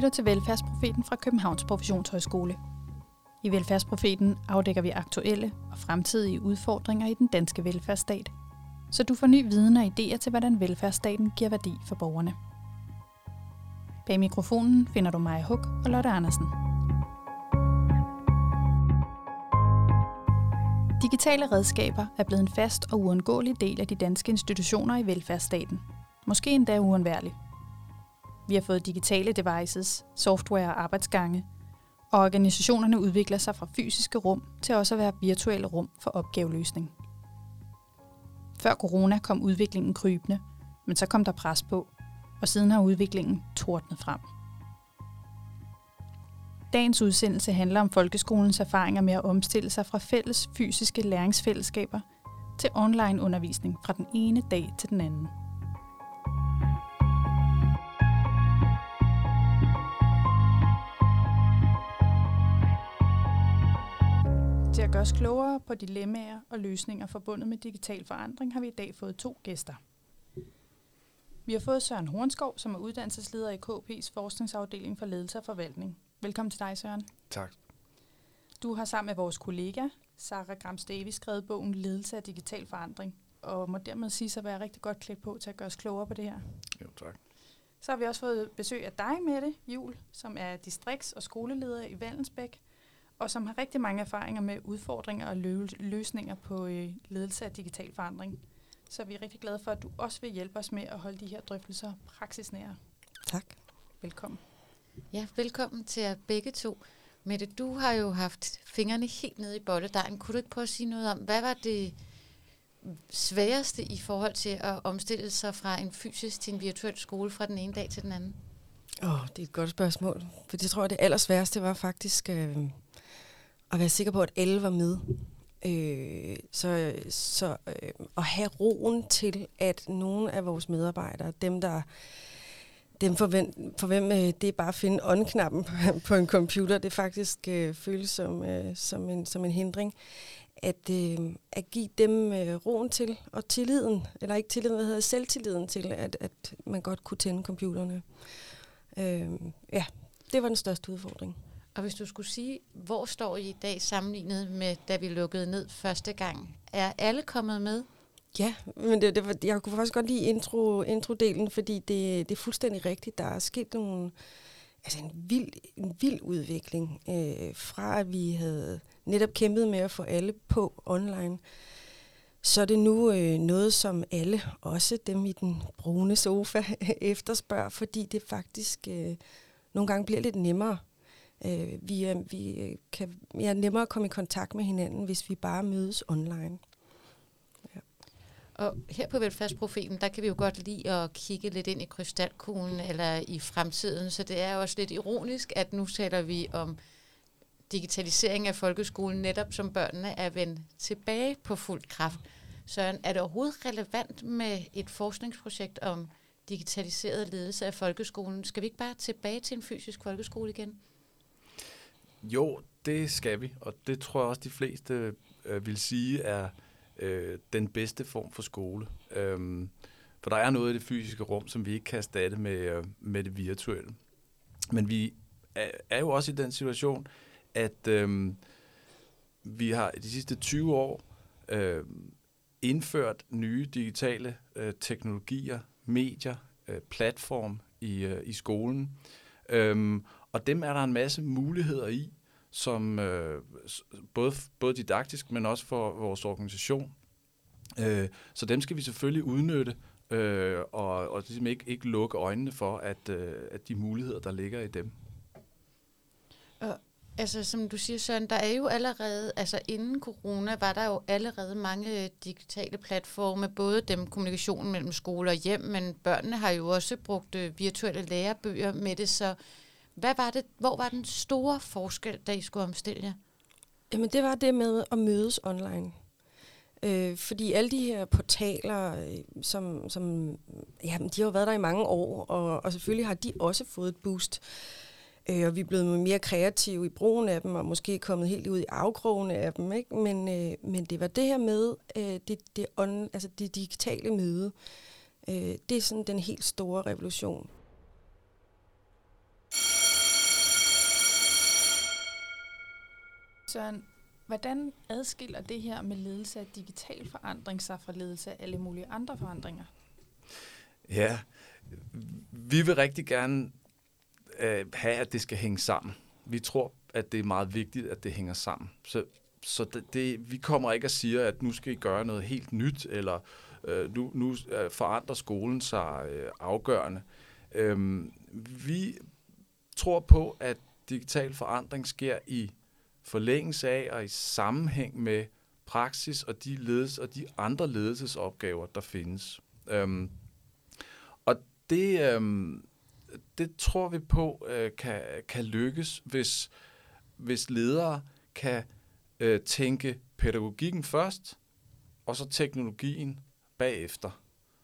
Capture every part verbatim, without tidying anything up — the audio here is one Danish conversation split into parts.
lytter til Velfærdsprofeten fra Københavns Professionshøjskole. I Velfærdsprofeten afdækker vi aktuelle og fremtidige udfordringer i den danske velfærdsstat, så du får ny viden og idéer til, hvordan velfærdsstaten giver værdi for borgerne. Bag mikrofonen finder du Maja Huk og Lotte Andersen. Digitale redskaber er blevet en fast og uundgåelig del af de danske institutioner i velfærdsstaten. Måske endda uundværlig. Vi har fået digitale devices, software og arbejdsgange, og organisationerne udvikler sig fra fysiske rum til også at være virtuelle rum for opgaveløsning. Før corona kom udviklingen krybende, men så kom der pres på, og siden har udviklingen tordnet frem. Dagens udsendelse handler om folkeskolens erfaringer med at omstille sig fra fælles fysiske læringsfællesskaber til online undervisning fra den ene dag til den anden. Til at gøre os klogere på dilemmaer og løsninger forbundet med digital forandring, har vi i dag fået to gæster. Vi har fået Søren Hornskov, som er uddannelsesleder i K P's forskningsafdeling for ledelse og forvaltning. Velkommen til dig, Søren. Tak. Du har sammen med vores kollega, Sara Grams Davis, skrevet bogen Ledelse af digital forandring, og må dermed sige sig at være rigtig godt klædt på til at gøre os klogere på det her. Jo, tak. Så har vi også fået besøg af dig, Mette Juhl, som er distrikts- og skoleleder i Vallensbæk, og som har rigtig mange erfaringer med udfordringer og lø- løsninger på øh, ledelse af digital forandring. Så vi er rigtig glade for, at du også vil hjælpe os med at holde de her drøftelser praksisnære. Tak. Velkommen. Ja, velkommen til jer begge to. Mette, du har jo haft fingrene helt nede i bolledejen. Kunne du ikke prøve at sige noget om, hvad var det sværeste i forhold til at omstille sig fra en fysisk til en virtuel skole fra den ene dag til den anden? Åh, oh, det er et godt spørgsmål. For det tror jeg, det allersværeste var faktisk øh, at være sikker på, at alle var med. Øh, så så øh, at have roen til, at nogle af vores medarbejdere, dem der dem for, hvem, for hvem øh, det er bare at finde on-knappen på, på en computer, det faktisk øh, føles som, øh, som, en, som en hindring, at, øh, at give dem øh, roen til, og tilliden, eller ikke tilliden, hvad hedder selvtilliden til, at, at man godt kunne tænde computerne. Øh, ja, det var den største udfordring. Og hvis du skulle sige, hvor står I i dag sammenlignet med, da vi lukkede ned første gang? Er alle kommet med? Ja, men det, det var, jeg kunne faktisk godt lide intro, introdelen, fordi det, det er fuldstændig rigtigt. Der er sket nogle, altså en, vild, en vild udvikling øh, fra, at vi havde netop kæmpet med at få alle på online. Så er det nu øh, noget, som alle, også dem i den brune sofa, efterspørger, fordi det faktisk øh, nogle gange bliver lidt nemmere. Øh, vi er, vi kan ja, nemmere komme i kontakt med hinanden, hvis vi bare mødes online. Ja. Og her på Velfærdsprofeten, der kan vi jo godt lide at kigge lidt ind i krystalkuglen eller i fremtiden, så det er jo også lidt ironisk, at nu taler vi om digitalisering af folkeskolen, netop som børnene er vendt tilbage på fuld kraft. Så er det overhovedet relevant med et forskningsprojekt om digitaliseret ledelse af folkeskolen? Skal vi ikke bare tilbage til en fysisk folkeskole igen? Jo, det skal vi, og det tror jeg også, de fleste øh, vil sige er øh, den bedste form for skole. Øhm, for der er noget i det fysiske rum, som vi ikke kan erstatte med, øh, med det virtuelle. Men vi er, er jo også i den situation, at øh, vi har de sidste tyve år øh, indført nye digitale øh, teknologier, medier, øh, platform i, øh, i skolen. Øhm, og dem er der en masse muligheder i, som øh, både, både didaktisk, men også for vores organisation. Øh, så dem skal vi selvfølgelig udnytte, øh, og, og ligesom ikke, ikke lukke øjnene for, at, øh, at de muligheder, der ligger i dem. Og altså, som du siger, Søren, der er jo allerede, altså inden corona, var der jo allerede mange digitale platforme, både dem kommunikationen mellem skole og hjem, men børnene har jo også brugt øh, virtuelle lærebøger med det, så hvad var det, hvor var den store forskel, da I skulle omstille jer? Jamen det var det med at mødes online. Øh, fordi alle de her portaler, øh, som, som jamen, de har jo været der i mange år, og, og selvfølgelig har de også fået et boost. Øh, og vi er blevet mere kreative i brugen af dem, og måske kommet helt ud i afkrogene af dem. Ikke? Men, øh, men det var det her med øh, det, det, on, altså det digitale møde. Øh, det er sådan den helt store revolution. Søren, hvordan adskiller det her med ledelse af digital forandring sig fra ledelse af alle mulige andre forandringer? Ja, vi vil rigtig gerne øh, have, at det skal hænge sammen. Vi tror, at det er meget vigtigt, at det hænger sammen. Så, så det, det, vi kommer ikke og siger, at nu skal I gøre noget helt nyt, eller øh, nu, nu øh, forandrer skolen sig øh, afgørende. Øhm, vi tror på, at digital forandring sker i forlængelse af og i sammenhæng med praksis og de, ledes, og de andre ledelsesopgaver, der findes. Øhm, og det, øhm, det tror vi på øh, kan, kan lykkes, hvis, hvis ledere kan øh, tænke pædagogikken først, og så teknologien bagefter.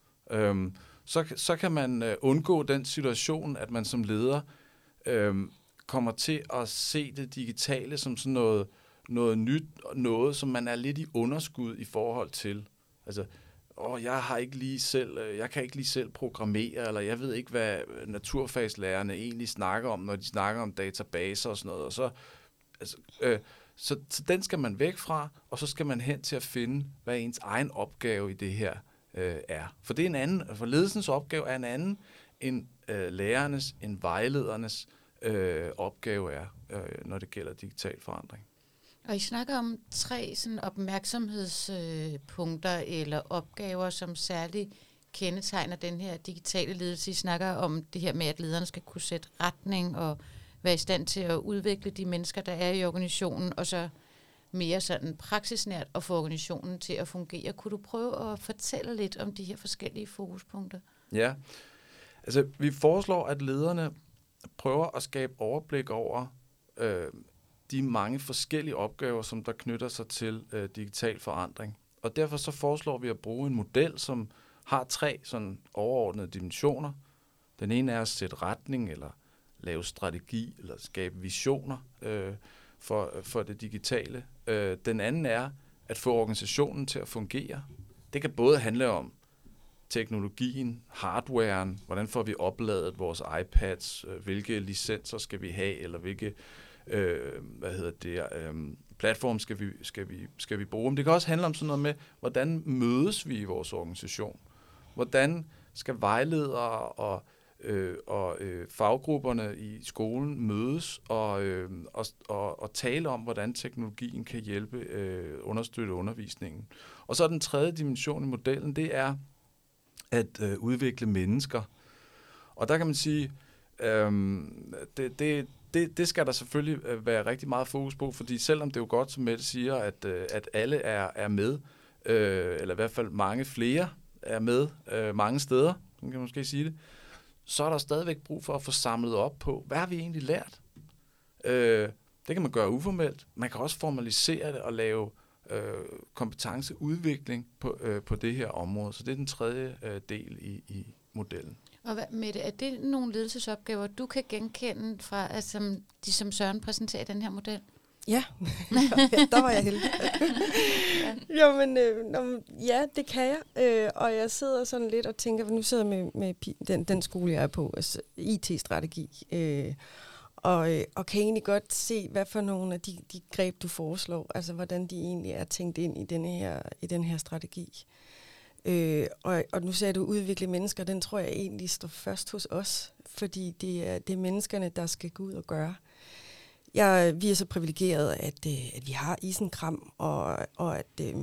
Øhm, så, så kan man øh, undgå den situation, at man som leder øh, kommer til at se det digitale som sådan noget, noget nyt, noget som man er lidt i underskud i forhold til. Altså, åh, jeg har ikke lige selv, jeg kan ikke lige selv programmere, eller jeg ved ikke, hvad naturfagslærerne egentlig snakker om, når de snakker om databaser og sådan noget. Og så, altså, øh, så, så den skal man væk fra, og så skal man hen til at finde, hvad ens egen opgave i det her øh, er. For det er en anden, for ledelsens opgave er en anden end øh, lærernes, end vejledernes øh, opgave er, øh, når det gælder digital forandring. Og I snakker om tre sådan opmærksomhedspunkter øh, eller opgaver, som særligt kendetegner den her digitale ledelse. I snakker om det her med, at lederne skal kunne sætte retning og være i stand til at udvikle de mennesker, der er i organisationen, og så mere sådan praksisnært at få organisationen til at fungere. Kunne du prøve at fortælle lidt om de her forskellige fokuspunkter? Ja, altså vi foreslår, at lederne prøver at skabe overblik over øh, de mange forskellige opgaver, som der knytter sig til øh, digital forandring. Og derfor så foreslår vi at bruge en model, som har tre sådan overordnede dimensioner. Den ene er at sætte retning, eller lave strategi, eller skabe visioner øh, for, for det digitale. Øh, den anden er at få organisationen til at fungere. Det kan både handle om teknologien, hardwaren, hvordan får vi opladet vores iPads, øh, hvilke licenser skal vi have, eller hvilke øh, hvad hedder det, øh, platform skal vi, skal, vi, skal vi bruge. Men det kan også handle om sådan noget med, hvordan mødes vi i vores organisation? Hvordan skal vejledere og, øh, og øh, faggrupperne i skolen mødes og, øh, og, og, og tale om, hvordan teknologien kan hjælpe, øh, understøtte undervisningen? Og så den tredje dimension i modellen, det er at øh, udvikle mennesker. Og der kan man sige, øh, det, det, det, det skal der selvfølgelig være rigtig meget fokus på, fordi selvom det er jo godt, som Mette siger, at, øh, at alle er, er med, øh, eller i hvert fald mange flere er med øh, mange steder, kan man måske sige det, så er der stadigvæk brug for at få samlet op på, hvad har vi egentlig lært? Øh, det kan man gøre uformelt. Man kan også formalisere det og lave øh, kompetenceudvikling på, øh, på det her område. Så det er den tredje øh, del i, i modellen. Og hvad, Mette, er det nogle ledelsesopgaver, du kan genkende fra, altså, de som Søren præsenterer i den her model? Ja, der var jeg heldig. ja. Jo, men, øh, nå, ja, det kan jeg. Øh, og jeg sidder sådan lidt og tænker, nu sidder jeg med, med den, den skole, jeg er på, altså I T-strategi, øh, og, øh, og kan egentlig godt se, hvad for nogle af de, de greb, du foreslår, altså hvordan de egentlig er tænkt ind i den her, i den her strategi. Øh, og, og nu sagde du udvikle mennesker, den tror jeg egentlig står først hos os, fordi det er, det er menneskerne, der skal gå ud og gøre. Jeg, vi er så privilegerede, at, at vi har Isenkram, og, og at øh,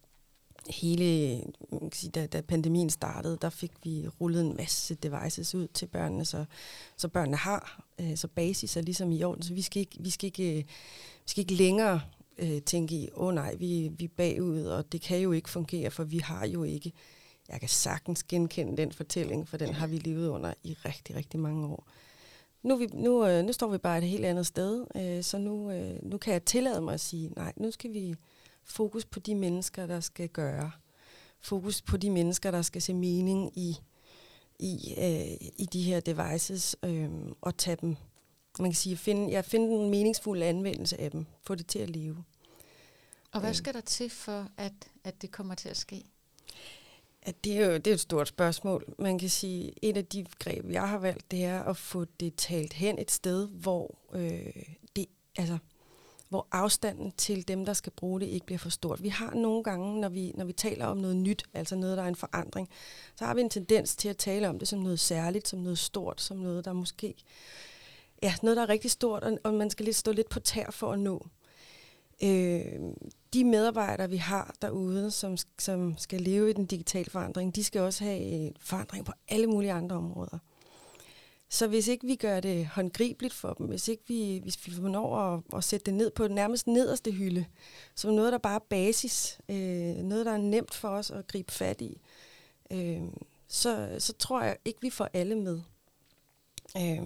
hele, man kan sige, da, da pandemien startede, der fik vi rullet en masse devices ud til børnene, så, så børnene har, øh, så basis er ligesom i orden, så vi skal ikke, vi skal ikke, vi skal ikke længere øh, tænke i, åh oh, nej, vi, vi er bagud, og det kan jo ikke fungere, for vi har jo ikke. Jeg kan sagtens genkende den fortælling, for den har vi levet under i rigtig, rigtig mange år. Nu, vi, nu, øh, nu står vi bare et helt andet sted, øh, så nu, øh, nu kan jeg tillade mig at sige, nej, nu skal vi fokus på de mennesker, der skal gøre. Fokus på de mennesker, der skal se mening i, i, øh, i de her devices, øh, og tage dem. Man kan sige, finde, jeg finder en meningsfuld anvendelse af dem, få det til at leve. Og hvad skal der til for, at, at det kommer til at ske? At det er jo det er et stort spørgsmål. Man kan sige, et af de greb, jeg har valgt, det er at få det talt hen et sted, hvor, øh, det, altså, hvor afstanden til dem, der skal bruge det, ikke bliver for stort. Vi har nogle gange, når vi, når vi taler om noget nyt, altså noget, der er en forandring, så har vi en tendens til at tale om det som noget særligt, som noget stort, som noget, der måske, ja, noget, der er rigtig stort, og, og man skal lidt stå lidt på tær for at nå. Øh, de medarbejdere, vi har derude, som, som skal leve i den digitale forandring, de skal også have forandring på alle mulige andre områder. Så hvis ikke vi gør det håndgribeligt for dem, hvis ikke vi, hvis vi får når at, at sætte det ned på den nærmest nederste hylde, som noget, der bare er basis, øh, noget, der er nemt for os at gribe fat i, øh, så, så tror jeg ikke, vi får alle med. Øh,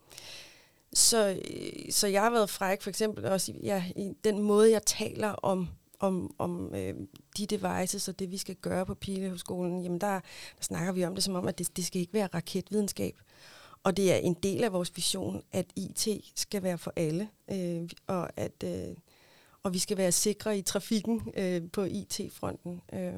så, så jeg har været fræk, for eksempel også ja, i den måde, jeg taler om, om, om øh, de devices og det, vi skal gøre på Pilehøjskolen, jamen der, der snakker vi om det som om, at det, det skal ikke være raketvidenskab. Og det er en del af vores vision, at I T skal være for alle, øh, og at øh, og vi skal være sikre i trafikken øh, på I T-fronten. Øh,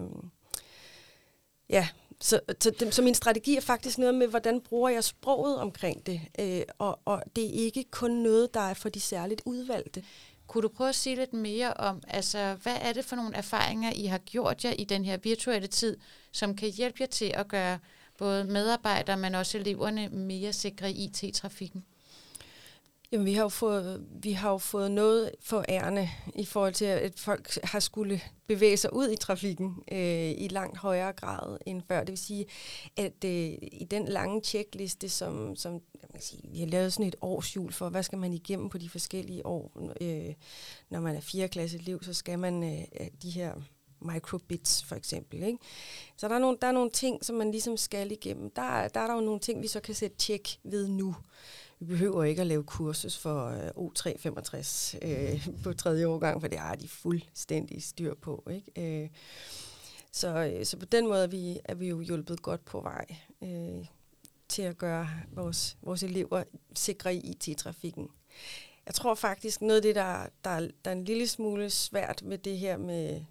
ja, så, så, det, så min strategi er faktisk noget med, hvordan bruger jeg sproget omkring det, øh, og, og det er ikke kun noget, der er for de særligt udvalgte. Kunne du prøve at sige lidt mere om, altså, hvad er det for nogle erfaringer, I har gjort jer i den her virtuelle tid, som kan hjælpe jer til at gøre både medarbejdere, men også eleverne mere sikre i I T-trafikken? Jamen, vi har jo fået, vi har jo fået noget for ærende i forhold til, at folk har skulle bevæge sig ud i trafikken øh, i langt højere grad end før. Det vil sige, at øh, i den lange checkliste, som, som jeg kan sige, vi har lavet sådan et årshjul for, hvad skal man igennem på de forskellige år. Øh, når man er fjerde klasse elev, så skal man øh, de her microbits for eksempel, ikke? Så der er, nogle, der er nogle ting, som man ligesom skal igennem. Der, der er der jo nogle ting, vi så kan sætte tjek ved nu. Vi behøver ikke at lave kursus for øh, O tre femogtres øh, på tredje årgang, for det har de fuldstændig styr på, ikke? Øh, så, øh, så på den måde er vi, er vi jo hjulpet godt på vej øh, til at gøre vores, vores elever sikre i I T-trafikken. Jeg tror faktisk, noget af det, der, der, der er en lille smule svært med det her med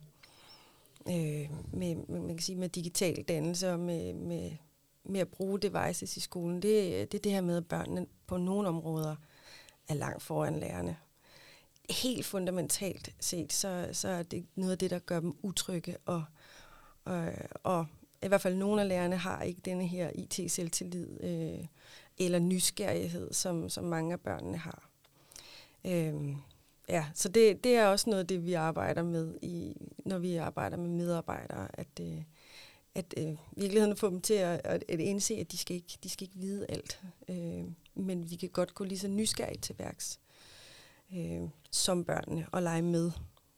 Øh, med, med, man kan sige, med digital dannelse og med, med, med at bruge devices i skolen, det, det er det her med, at børnene på nogle områder er langt foran lærerne. Helt fundamentalt set, så, så er det noget af det, der gør dem utrygge, og, og, og i hvert fald nogle af lærerne har ikke denne her I T-selvtillid øh, eller nysgerrighed, som, som mange af børnene har. Øh, Ja, så det, det er også noget af det, vi arbejder med, i, når vi arbejder med medarbejdere, at, øh, at øh, virkeligheden får dem til at, at, at indse, at de skal ikke, de skal ikke vide alt. Øh, men vi kan godt gå lige så nysgerrigt til værks øh, som børnene og lege med.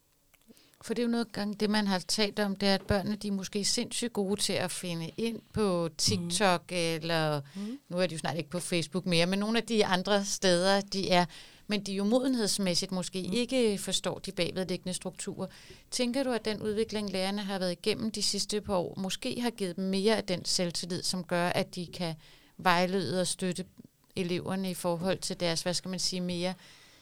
For det er jo noget gang, det man har talt om, det er, at børnene de er måske sindssygt gode til at finde ind på TikTok, mm. eller mm. nu er de jo snart ikke på Facebook mere, men nogle af de andre steder, de er, men de jo modenhedsmæssigt måske mm. ikke forstår de bagvedliggende strukturer. Tænker du, at den udvikling, lærerne har været igennem de sidste par år, måske har givet dem mere af den selvtillid, som gør, at de kan vejlede og støtte eleverne i forhold til deres, hvad skal man sige, mere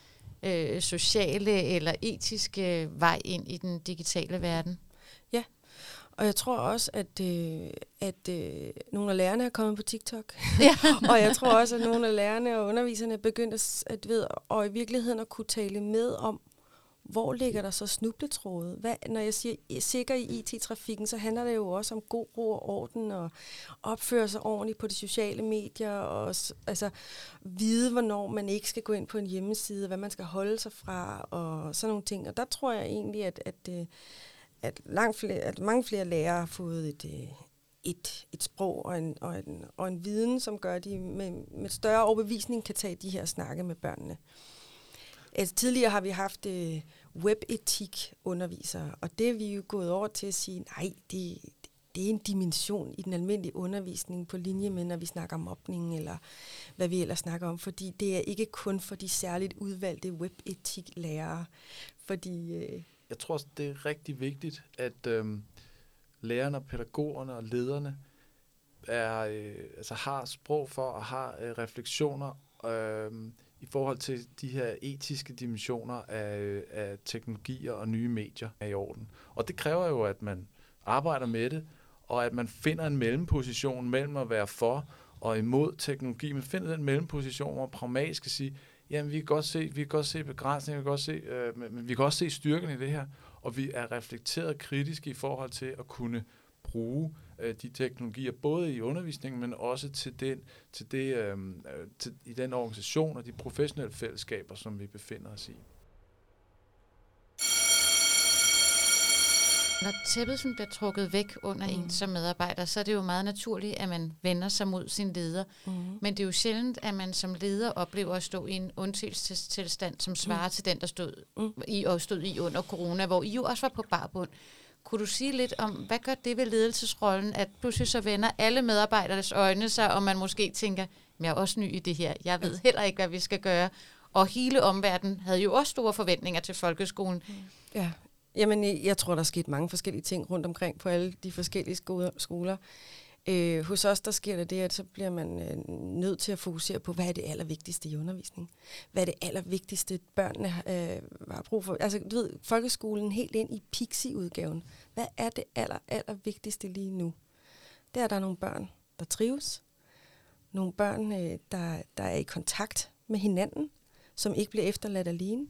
øh, sociale eller etiske vej ind i den digitale verden? Ja, og jeg tror også, at, øh, at øh, nogle af lærerne er kommet på TikTok. Ja. Og jeg tror også, at nogle af lærerne og underviserne er begyndt at, at ved, og i virkeligheden at kunne tale med om, hvor ligger der så snubletråde? Hvad, når jeg siger sikker i I T-trafikken, så handler det jo også om god ro og orden, og opføre sig ordentligt på de sociale medier, og altså, vide, hvornår man ikke skal gå ind på en hjemmeside, hvad man skal holde sig fra, og sådan nogle ting. Og der tror jeg egentlig, at, at, at, langt flere, at mange flere lærere har fået et, et, et sprog og en, og, en, og en viden, som gør, at de med, med større overbevisning kan tage de her snakke med børnene. Altså, tidligere har vi haft øh, webetik-undervisere, og det er vi jo gået over til at sige, nej, det, det er en dimension i den almindelige undervisning på linje med, når vi snakker om mobning, eller hvad vi ellers snakker om, fordi det er ikke kun for de særligt udvalgte webetik-lærere. Fordi, øh Jeg tror også, det er rigtig vigtigt, at øh, lærerne, pædagogerne og lederne er, øh, altså har sprog for og har øh, refleksioner øh, i forhold til de her etiske dimensioner af, af teknologier og nye medier er i orden. Og det kræver jo, at man arbejder med det, og at man finder en mellemposition mellem at være for og imod teknologi. Man finder den mellemposition, hvor man pragmatisk skal sige, jamen vi kan godt se, vi kan godt se begrænsninger, vi kan godt se, øh, men, men vi kan også se styrken i det her, og vi er reflekteret kritisk i forhold til at kunne bruge øh, de teknologier, både i undervisningen, men også til den, til det, øh, til, i den organisation og de professionelle fællesskaber, som vi befinder os i. Når tæppet sådan bliver trukket væk under mm. en som medarbejder, så er det jo meget naturligt, at man vender sig mod sin leder. Mm. Men det er jo sjældent, at man som leder oplever at stå i en undtagelsestilstand, som svarer mm. til den, der stod mm. i og stod i under corona, hvor I jo også var på barbund. Kunne du sige lidt om, hvad gør det ved ledelsesrollen, at pludselig så vender alle medarbejdernes øjne sig, og man måske tænker, jeg er også ny i det her, jeg ved heller ikke, hvad vi skal gøre. Og hele omverdenen havde jo også store forventninger til folkeskolen. Mm. Ja. Jamen, jeg tror, der er sket mange forskellige ting rundt omkring på alle de forskellige skoler. Øh, hos os, der sker der det, at så bliver man øh, nødt til at fokusere på, hvad er det allervigtigste i undervisningen? Hvad er det allervigtigste, børnene øh, har brug for? Altså, du ved, folkeskolen helt ind i Pixie-udgaven. Hvad er det aller, allervigtigste lige nu? Der er der nogle børn, der trives. Nogle børn, øh, der, der er i kontakt med hinanden, som ikke bliver efterladt alene.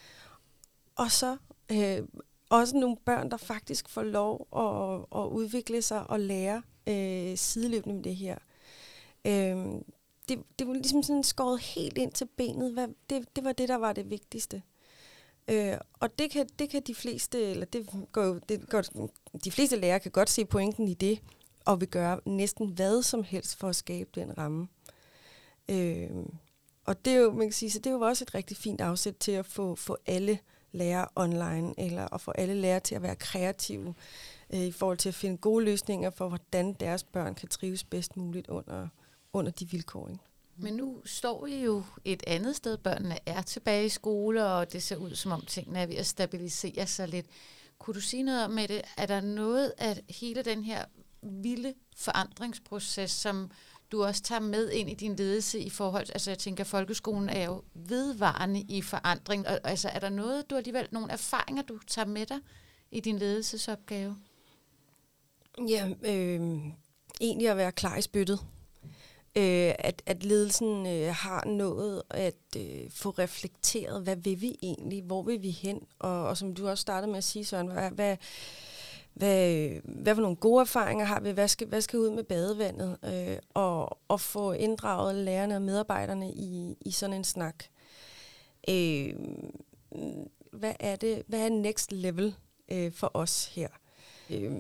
Og så øh, også nogle børn, der faktisk får lov at, at udvikle sig og lære øh, sideløbende med det her. Øh, det, det var ligesom sådan skåret helt ind til benet. Hvad, det, det var det, der var det vigtigste. Øh, og det kan, det kan de fleste, eller det går jo, det går, de fleste lærere kan godt se pointen i det, og vil gøre næsten hvad som helst for at skabe den ramme. Øh, og det er jo, man kan sige, så det er jo også et rigtig fint afsæt til at få, få alle lære online, eller at få alle lærere til at være kreative øh, i forhold til at finde gode løsninger for, hvordan deres børn kan trives bedst muligt under, under de vilkår. Ikke? Men nu står I jo et andet sted. Børnene er tilbage i skole, og det ser ud som om tingene er ved at stabilisere sig lidt. Kunne du sige noget om det? Er der noget af hele den her vilde forandringsproces, som du også tager med ind i din ledelse i forhold til, altså jeg tænker, folkeskolen er jo vedvarende i forandring, og altså er der noget, du alligevel, nogle erfaringer, du tager med dig i din ledelsesopgave? Ja, øh, egentlig at være klar i spyttet. Øh, at, at ledelsen øh, har nået at øh, få reflekteret, hvad vil vi egentlig, hvor vil vi hen, og, og som du også startede med at sige, Søren, hvad, hvad Hvad, hvad for nogle gode erfaringer har vi? Hvad skal, hvad skal ud med badevandet? Øh, og, og få inddraget lærerne og medarbejderne i, i sådan en snak. Øh, hvad er det? Hvad er next level øh, for os her? Øh,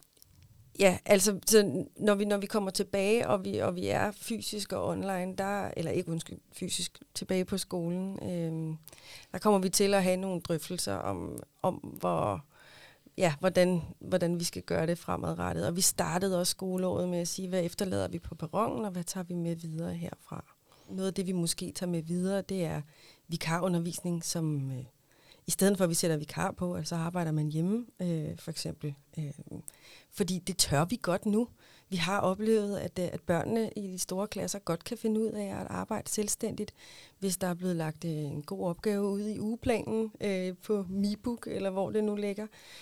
ja, altså så når vi når vi kommer tilbage og vi og vi er fysisk og online, der eller ikke undskyld fysisk tilbage på skolen, øh, der kommer vi til at have nogle drøftelser om om hvor Ja, hvordan, hvordan vi skal gøre det fremadrettet. Og vi startede også skoleåret med at sige, hvad efterlader vi på perronen, og hvad tager vi med videre herfra. Noget af det, vi måske tager med videre, det er vikarundervisning, som øh, i stedet for, at vi sætter vikar på, altså arbejder man hjemme, øh, for eksempel. Øh, fordi det tør vi godt nu. Vi har oplevet, at, at børnene i de store klasser godt kan finde ud af at arbejde selvstændigt, hvis der er blevet lagt øh, en god opgave ud i ugeplanen øh, på MiBook, eller hvor det nu ligger.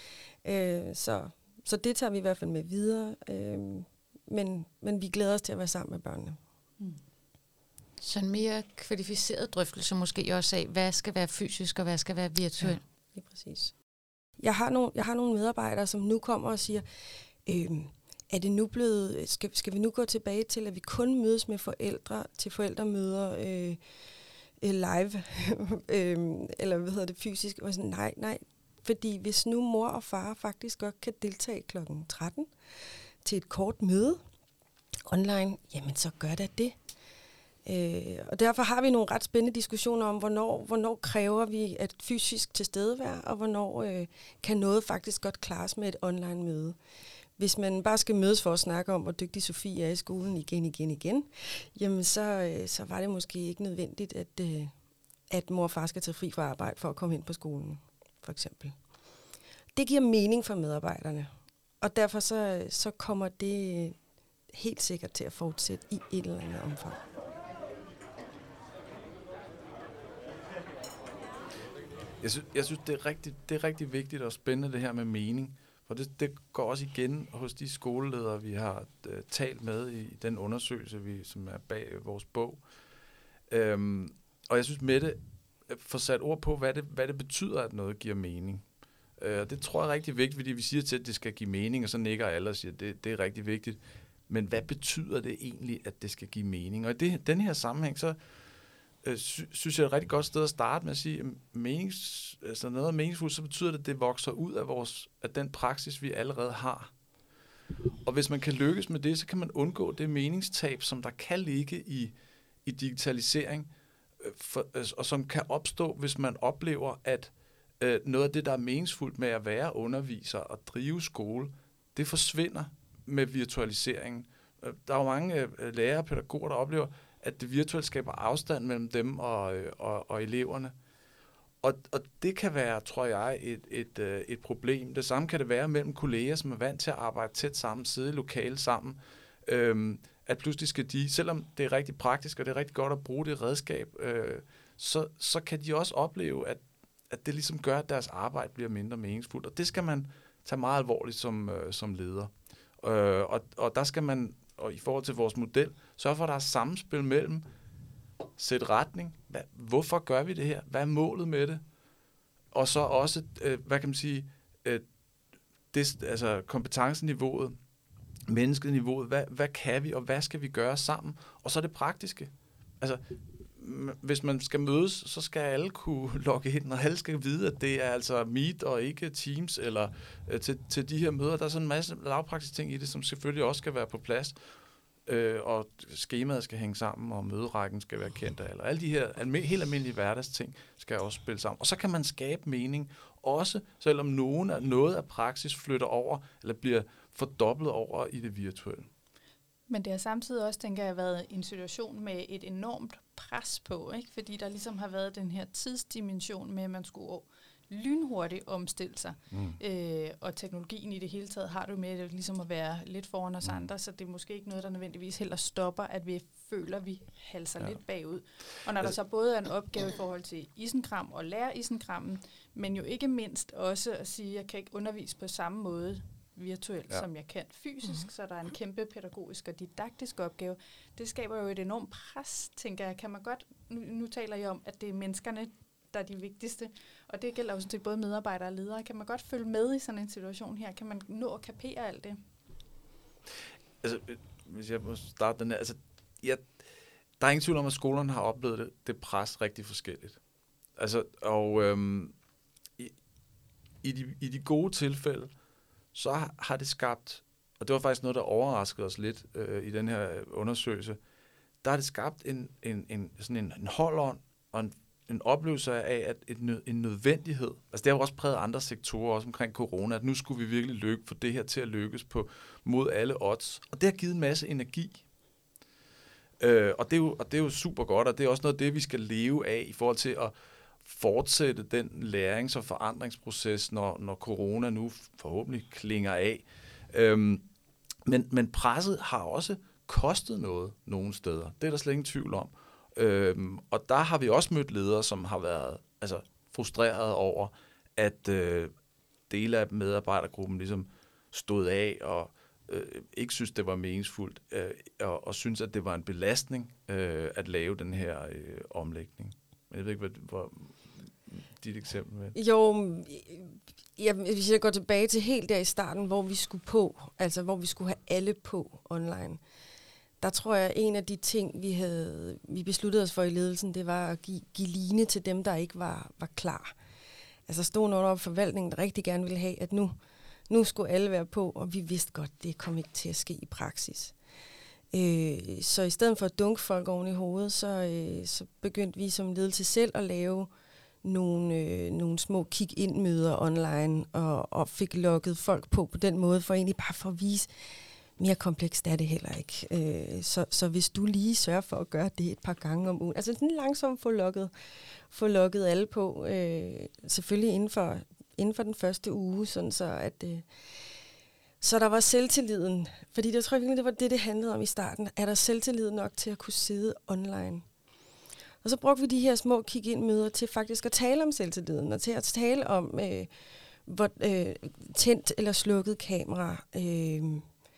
Øh, så, så det tager vi i hvert fald med videre, øh, men, men vi glæder os til at være sammen med børnene. Mm. Så en mere kvalificeret drøftelse måske også af, hvad skal være fysisk og hvad skal være virtuelt. Ja, det er præcis. Jeg har, nogle, jeg har nogle medarbejdere, som nu kommer og siger, øh, er det nu blevet, skal, skal vi nu gå tilbage til, at vi kun mødes med forældre til forældremøder øh, live, øh, eller hvad hedder det, fysisk? Og sådan, nej, nej. Fordi hvis nu mor og far faktisk godt kan deltage klokken tretten til et kort møde online, jamen så gør det det. Øh, og derfor har vi nogle ret spændende diskussioner om, hvornår, hvornår kræver vi et fysisk tilstedevær, og hvornår øh, kan noget faktisk godt klares med et online møde. Hvis man bare skal mødes for at snakke om, hvor dygtig Sofie er i skolen igen, igen, igen, jamen så, øh, så var det måske ikke nødvendigt, at, øh, at mor og far skal tage fri fra arbejde for at komme hen på skolen, for eksempel. Det giver mening for medarbejderne, og derfor så, så kommer det helt sikkert til at fortsætte i et eller andet omfang. Jeg synes, jeg synes det, er rigtig, det er rigtig vigtigt og spændende det her med mening, for det, det går også igen hos de skoleledere, vi har uh, talt med i den undersøgelse, vi, som er bag vores bog. Øhm, og jeg synes, Mette får sat ord på, hvad det, hvad det betyder, at noget giver mening. Øh, og det tror jeg er rigtig vigtigt, fordi vi siger til, at det skal give mening, og så nikker alle og siger, at det, det er rigtig vigtigt. Men hvad betyder det egentlig, at det skal give mening? Og i det, den her sammenhæng, så øh, sy- synes jeg, det er et rigtig godt sted at starte med at sige, at menings, altså noget meningsfuldt, så betyder det, at det vokser ud af, vores, af den praksis, vi allerede har. Og hvis man kan lykkes med det, så kan man undgå det meningstab, som der kan ligge i, i digitalisering, øh, for, øh, og som kan opstå, hvis man oplever, at øh, noget af det, der er meningsfuldt med at være underviser og drive skole, det forsvinder med virtualiseringen. Der er jo mange øh, lærere og pædagoger, der oplever, at det virtuelt skaber afstand mellem dem og, øh, og, og eleverne. Og, og det kan være, tror jeg, et, et, øh, et problem. Det samme kan det være mellem kolleger, som er vant til at arbejde tæt sammen, sidde i lokale sammen. Øhm, at pludselig skal de, selvom det er rigtig praktisk, og det er rigtig godt at bruge det redskab, øh, så, så kan de også opleve, at, at det ligesom gør, at deres arbejde bliver mindre meningsfuldt. Og det skal man tage meget alvorligt som, øh, som leder. Øh, og, og der skal man, og i forhold til vores model, sørge for, at der er samspil mellem sæt retning. Hvad, hvorfor gør vi det her? Hvad er målet med det? Og så også, øh, hvad kan man sige, øh, det, altså kompetenceniveauet, menneskeniveauet, hvad, hvad kan vi, og hvad skal vi gøre sammen? Og så det praktiske. Altså, hvis man skal mødes, så skal alle kunne logge ind, og alle skal vide, at det er altså Meet og ikke Teams, eller øh, til, til de her møder. Der er sådan en masse lavpraktiske ting i det, som selvfølgelig også skal være på plads, øh, og skemaet skal hænge sammen, og møderækken skal være kendt af alle. Alle de her alme, helt almindelige hverdagsting skal også spille sammen. Og så kan man skabe mening, også selvom nogen af noget af praksis flytter over, eller bliver fordoblet over i det virtuelle. Men det har samtidig også, tænker jeg, været en situation med et enormt pres på, ikke? Fordi der ligesom har været den her tidsdimension med, at man skulle lynhurtigt omstille sig. Mm. Øh, og teknologien i det hele taget har du med at ligesom at være lidt foran os mm. andre, så det er måske ikke noget, der nødvendigvis heller stopper, at vi føler, at vi halser ja. lidt bagud. Og når altså, der så både er en opgave i forhold til isenkram og lære isenkrammen, men jo ikke mindst også at sige, at jeg kan ikke undervise på samme måde virtuelt, ja. som jeg kan fysisk, mm-hmm. så der er en kæmpe pædagogisk og didaktisk opgave. Det skaber jo et enormt pres, tænker jeg. Kan man godt, nu, nu taler jeg om, at det er menneskerne, der er de vigtigste, og det gælder jo sådan set både medarbejdere og ledere. Kan man godt følge med i sådan en situation her? Kan man nå at kapere alt det? Altså, hvis jeg må starte den her, altså, ja, der er ingen tvivl om, at skolerne har oplevet det, det pres rigtig forskelligt. Altså, og øhm, i, i, de, i de gode tilfælde, så har det skabt, og det var faktisk noget, der overraskede os lidt øh, i den her undersøgelse, der har det skabt en, en, en, sådan en, en hold-on og en, en oplevelse af at et, en nødvendighed. Altså det har jo også præget andre sektorer, også omkring corona, at nu skulle vi virkelig lykke, få det her til at lykkes på, mod alle odds. Og det har givet en masse energi. Øh, og, det er jo, og det er jo super godt, og det er også noget af det, vi skal leve af i forhold til at fortsætte den lærings- og forandringsproces, når, når corona nu forhåbentlig klinger af. Øhm, men, men presset har også kostet noget nogle steder. Det er der slet ingen tvivl om. Øhm, og der har vi også mødt ledere, som har været altså, frustreret over, at øh, dele af medarbejdergruppen ligesom stod af og øh, ikke synes, det var meningsfuldt, øh, og, og synes, at det var en belastning øh, at lave den her øh, omlægning. Men jeg ved ikke, hvad, hvor dit eksempel med. Jo, jeg, hvis jeg går tilbage til helt der i starten, hvor vi skulle på, altså hvor vi skulle have alle på online, der tror jeg, at en af de ting, vi havde, vi besluttede os for i ledelsen, det var at give, give line til dem, der ikke var, var klar. Altså stod nogen op i forvaltningen, der rigtig gerne ville have, at nu, nu skulle alle være på, og vi vidste godt, det kom ikke til at ske i praksis. Øh, så i stedet for at dunke folk oven i hovedet, så, øh, så begyndte vi som ledelse selv at lave nogle, øh, nogle små kig-ind-møder online, og, og fik lukket folk på på den måde, for egentlig bare for at vise, mere komplekst er det heller ikke. Øh, så, så hvis du lige sørger for at gøre det et par gange om ugen, altså sådan langsomt få lukket, få lukket alle på, øh, selvfølgelig inden for, inden for den første uge, sådan så at øh, så der var selvtilliden, fordi det tror jeg virkelig, det var det, det handlede om i starten. Er der selvtillid nok til at kunne sidde online? Og så brugte vi de her små kig-ind-møder til faktisk at tale om selvtilliden, og til at tale om øh, hvor, øh, tændt eller slukket kamera, øh,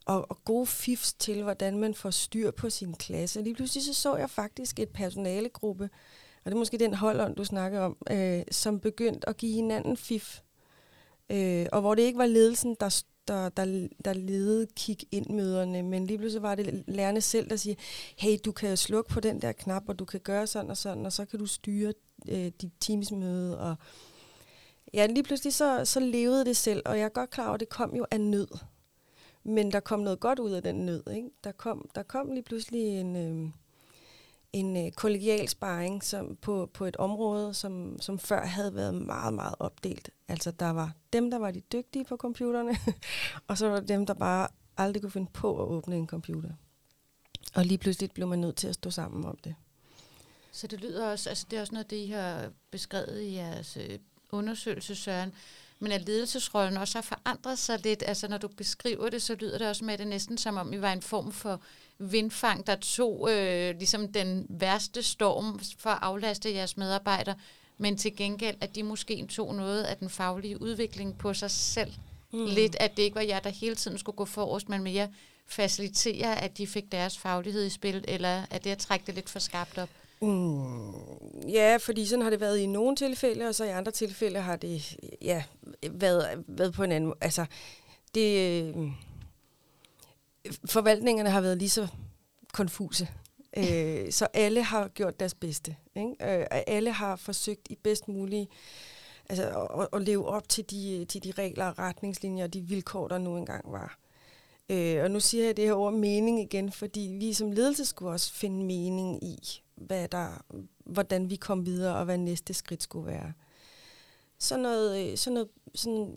og, og gode fifs til, hvordan man får styr på sin klasse. Og lige pludselig så, så jeg faktisk et personalegruppe, og det er måske den holdånd, du snakker om, øh, som begyndte at give hinanden fif. Øh, og hvor det ikke var ledelsen, der, der, der, der ledede kig-ind-møderne, men lige pludselig var det lærerne selv, der siger, hey, du kan slukke på den der knap, og du kan gøre sådan og sådan, og så kan du styre øh, dit teamsmøde. Og ja, lige pludselig så, så levede det selv, og jeg er godt klar over, at det kom jo af nød. Men der kom noget godt ud af den nød, ikke? Der kom, der kom lige pludselig en... Øh, en øh, kollegial sparring som på, på et område, som, som før havde været meget, meget opdelt. Altså, der var dem, der var de dygtige på computerne, og så var der dem, der bare aldrig kunne finde på at åbne en computer. Og lige pludselig blev man nødt til at stå sammen om det. Så det lyder også, altså det er også noget, det I har beskrevet i jeres øh, undersøgelse, Søren, men at ledelsesrollen også har forandret sig lidt. Altså, når du beskriver det, så lyder det også med det næsten som om, I var en form for vindfang, der tog øh, ligesom den værste storm for at aflaste jeres medarbejdere, men til gengæld, at de måske tog noget af den faglige udvikling på sig selv. Mm. Lidt, at det ikke var jer, der hele tiden skulle gå forrest, men mere facilitere, at de fik deres faglighed i spil, eller at det at trække det lidt for skarpt op? Mm, ja, fordi sådan har det været i nogle tilfælde, og så i andre tilfælde har det ja, været, været på en anden måde. Altså, det... Øh, forvaltningerne har været lige så konfuse. Øh, så alle har gjort deres bedste. Ikke? Øh, alle har forsøgt i bedst muligt altså, at, at leve op til de, til de regler og retningslinjer og de vilkår, der nu engang var. Øh, og nu siger jeg det her ord mening igen, fordi vi som ledelse skulle også finde mening i, hvad der, hvordan vi kom videre og hvad næste skridt skulle være. Sådan noget... Sådan noget sådan,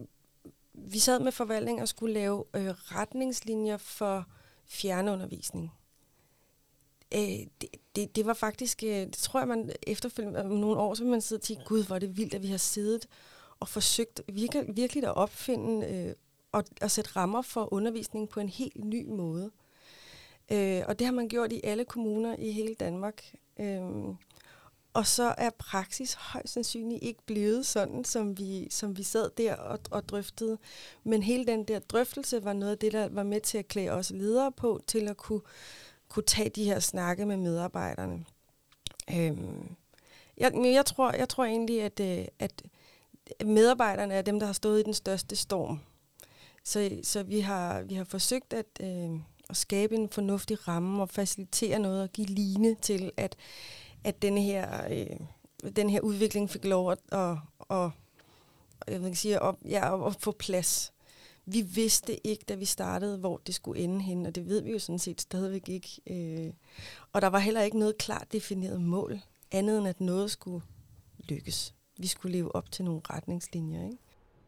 vi sad med forvaltning og skulle lave øh, retningslinjer for fjernundervisning. Øh, det, det, det var faktisk, øh, det tror jeg, man efterfølgende om nogle år, så vil man sidde og tænke, gud, hvor er det vildt, at vi har siddet og forsøgt virkelig, virkelig at opfinde øh, og, og sætte rammer for undervisning på en helt ny måde. Øh, og det har man gjort i alle kommuner i hele Danmark. Øh, Og så er praksis højst sandsynligt ikke blevet sådan, som vi, som vi sad der og, og drøftede. Men hele den der drøftelse var noget af det, der var med til at klæde os ledere på, til at kunne, kunne tage de her snakke med medarbejderne. Øhm, jeg, men jeg tror, jeg tror egentlig, at, at medarbejderne er dem, der har stået i den største storm. Så, så vi, har, vi har forsøgt at, øh, at skabe en fornuftig ramme og facilitere noget og give line til, at at denne her, øh, den her udvikling fik lov at, at, at, jeg vil sige, at, ja, at få plads. Vi vidste ikke, da vi startede, hvor det skulle ende hen, og det ved vi jo sådan set stadigvæk ikke. Øh, og der var heller ikke noget klart defineret mål, andet end at noget skulle lykkes. Vi skulle leve op til nogle retningslinjer, ikke?